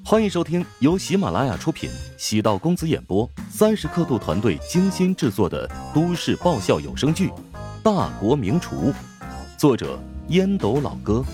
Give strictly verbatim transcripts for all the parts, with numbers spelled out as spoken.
欢迎收听由喜马拉雅出品，喜道公子演播，三十刻度团队精心制作的都市爆笑有声剧《大国名厨》，作者烟斗老哥，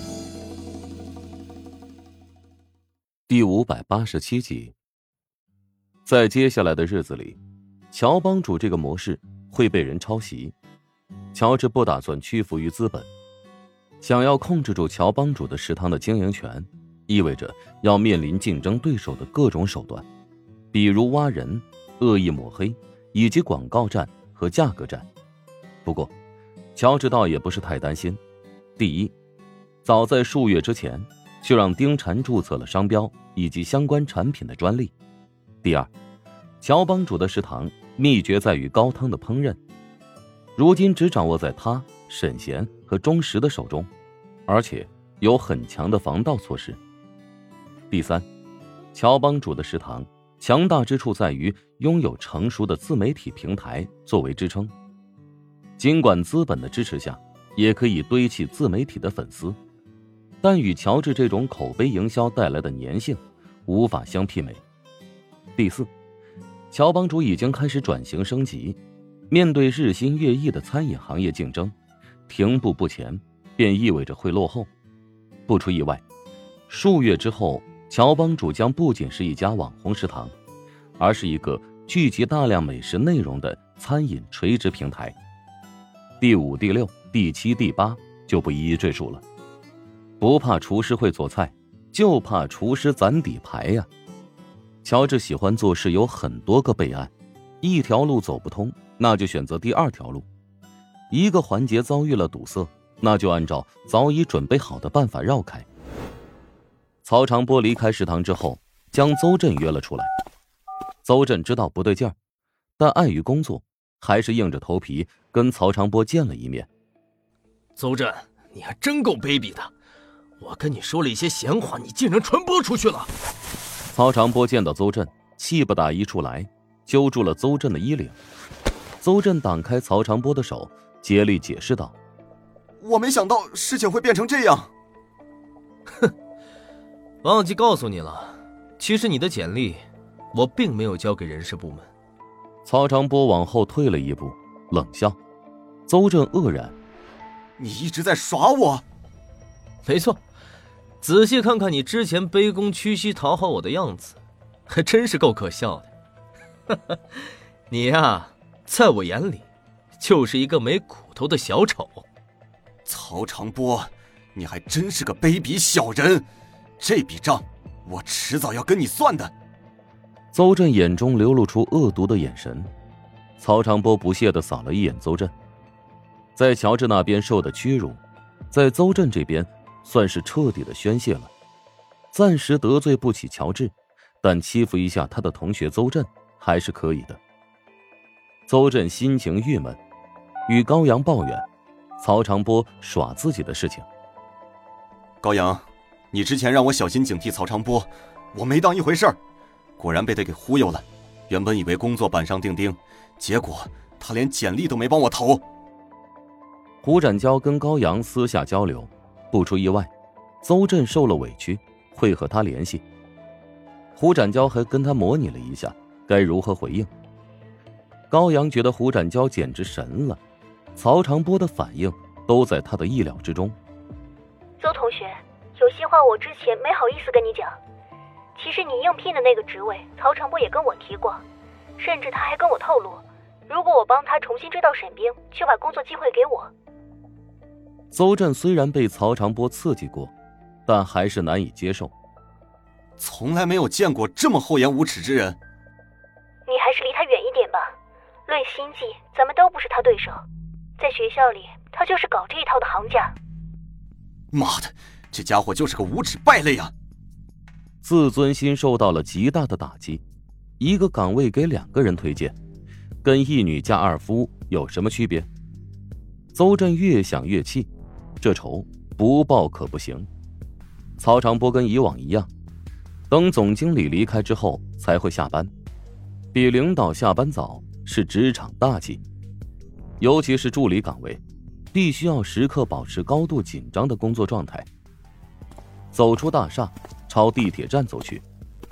第五百八十七集。在接下来的日子里，乔帮主这个模式会被人抄袭。乔治不打算屈服于资本，想要控制住乔帮主的食堂的经营权，意味着要面临竞争对手的各种手段，比如挖人、恶意抹黑，以及广告战和价格战。不过乔治倒也不是太担心。第一，早在数月之前就让丁禅注册了商标以及相关产品的专利。第二，乔帮主的食堂秘诀在于高汤的烹饪，如今只掌握在他、沈贤和钟石的手中，而且有很强的防盗措施。第三，乔帮主的食堂强大之处在于拥有成熟的自媒体平台作为支撑，尽管资本的支持下也可以堆砌自媒体的粉丝，但与乔治这种口碑营销带来的粘性无法相媲美。第四，乔帮主已经开始转型升级，面对日新月异的餐饮行业竞争，停步不前便意味着会落后。不出意外，数月之后，乔帮主将不仅是一家网红食堂，而是一个聚集大量美食内容的餐饮垂直平台。第五、第六、第七、第八就不一一赘述了。不怕厨师会做菜，就怕厨师攒底牌呀。乔治喜欢做事有很多个备案，一条路走不通，那就选择第二条路。一个环节遭遇了堵塞，那就按照早已准备好的办法绕开。曹长波离开食堂之后，将邹震约了出来。邹震知道不对劲儿，但碍于工作，还是硬着头皮跟曹长波见了一面。 邹震，你还真够卑鄙的！我跟你说了一些闲话，你竟然传播出去了！ 曹长波见到邹震，气不打一处来，揪住了邹震的衣领。邹震挡开曹长波的手，竭力解释道：“ 我没想到事情会变成这样。” 哼，忘记告诉你了，其实你的简历我并没有交给人事部门。 曹长波往后退了一步，冷笑。邹震愕然：“ 你一直在耍我？” 没错，仔细看看你之前卑躬屈膝讨好我的样子，还真是够可笑的。你呀，在我眼里就是一个没骨头的小丑。 曹长波，你还真是个卑鄙小人，这笔账我迟早要跟你算的。 邹震眼中流露出恶毒的眼神。曹长波不屑地扫了一眼邹震，在乔治那边受的屈辱，在邹震这边算是彻底的宣泄了。暂时得罪不起乔治，但欺负一下他的同学邹震还是可以的。邹震心情郁闷，与高阳抱怨曹长波耍自己的事情。 高阳，你之前让我小心警惕曹长波，我没当一回事儿，果然被他给忽悠了。原本以为工作板上钉钉，结果他连简历都没帮我投。 胡展娇跟高阳私下交流，不出意外，邹震受了委屈，会和他联系。胡展娇还跟他模拟了一下该如何回应。高阳觉得胡展娇简直神了，曹长波的反应都在他的意料之中。 邹同学，有些话我之前没好意思跟你讲，其实你应聘的那个职位曹长波也跟我提过，甚至他还跟我透露，如果我帮他重新追到沈冰，就把工作机会给我。 邹震虽然被曹长波刺激过，但还是难以接受。 从来没有见过这么厚颜无耻之人。 你还是离他远一点吧，论心计咱们都不是他对手，在学校里他就是搞这一套的行家。 妈的，这家伙就是个无耻败类啊！ 自尊心受到了极大的打击，一个岗位给两个人推荐，跟一女嫁二夫有什么区别？邹震越想越气，这仇不报可不行。曹长波跟以往一样，等总经理离开之后才会下班，比领导下班早是职场大忌。尤其是助理岗位，必须要时刻保持高度紧张的工作状态。走出大厦，朝地铁站走去，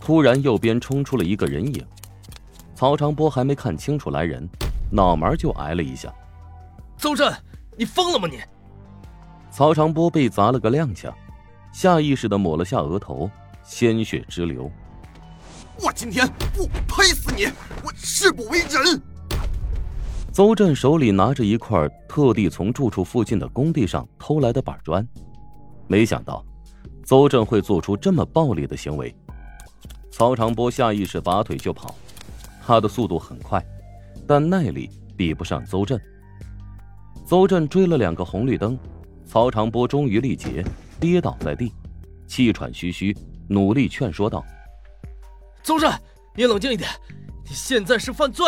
突然右边冲出了一个人影，曹长波还没看清楚来人，脑门就挨了一下。 邹震，你疯了吗你？ 曹长波被砸了个踉跄，下意识地抹了下额头，鲜血直流。 我今天不拍死你，我誓不为人。 邹震手里拿着一块特地从住处附近的工地上偷来的板砖，没想到邹震会做出这么暴力的行为。曹长波下意识拔腿就跑，他的速度很快，但耐力比不上邹震。邹震追了两个红绿灯，曹长波终于力竭，跌倒在地，气喘吁吁，努力劝说道： 邹震，你冷静一点，你现在是犯罪。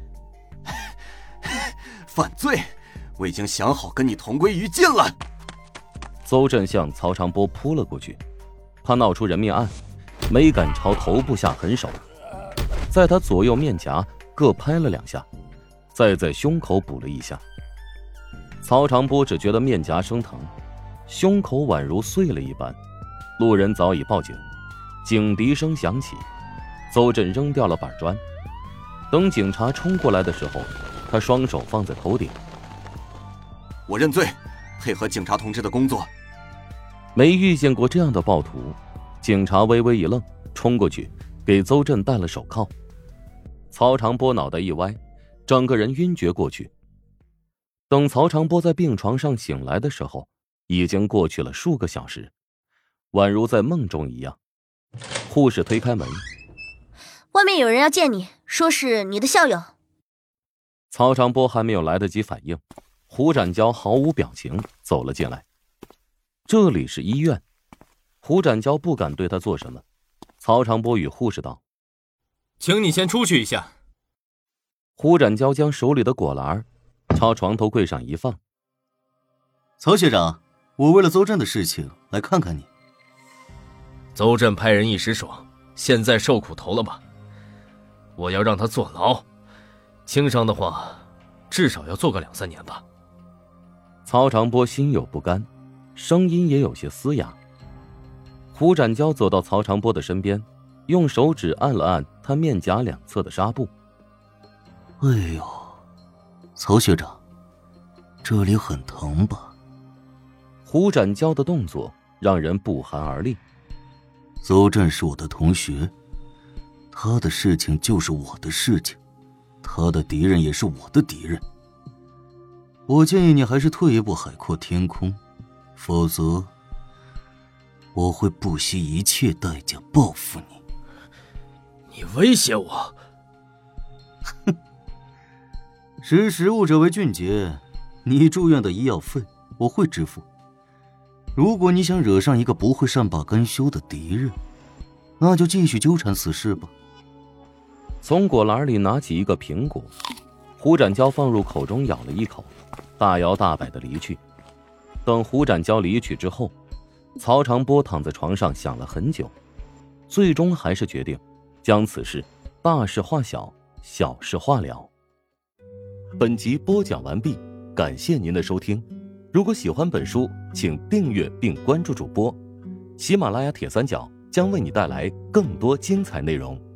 犯罪？我已经想好跟你同归于尽了。 邹震向曹长波扑了过去，怕闹出人命案，没敢朝头部下狠手，在他左右面颊各拍了两下，再在胸口补了一下。曹长波只觉得面颊生疼，胸口宛如碎了一般。路人早已报警，警笛声响起，邹震扔掉了板砖。等警察冲过来的时候，他双手放在头顶。 我认罪，配合警察同志的工作。 没遇见过这样的暴徒，警察微微一愣，冲过去给邹震戴了手铐。曹长波脑袋一歪，整个人晕厥过去。等曹长波在病床上醒来的时候，已经过去了数个小时，宛如在梦中一样。护士推开门， 外面有人要见你，说是你的校友。 曹长波还没有来得及反应，胡展娇毫无表情走了进来。这里是医院，胡展娇不敢对他做什么。曹长波与护士道： 请你先出去一下。 胡展娇将手里的果篮朝床头柜上一放。 曹学长，我为了邹震的事情来看看你。 邹震拍人一时爽，现在受苦头了吧？我要让他坐牢，轻伤的话至少要坐个两三年吧。 曹长波心有不甘，声音也有些嘶哑。胡展娇走到曹长波的身边，用手指按了按他面颊两侧的纱布。 哎呦，曹学长，这里很疼吧？ 胡展娇的动作让人不寒而栗。 邹震是我的同学，他的事情就是我的事情，他的敌人也是我的敌人。我建议你还是退一步海阔天空，否则我会不惜一切代价报复你。 你威胁我？ 哼，识时务者为俊杰，你住院的医药费我会支付。如果你想惹上一个不会善罢甘休的敌人，那就继续纠缠此事吧。 从果篮里拿起一个苹果，胡展娇放入口中咬了一口，大摇大摆地离去。等胡展娇离去之后，曹长波躺在床上想了很久，最终还是决定将此事大事化小，小事化了。本集播讲完毕，感谢您的收听。如果喜欢本书，请订阅并关注主播。喜马拉雅铁三角将为你带来更多精彩内容。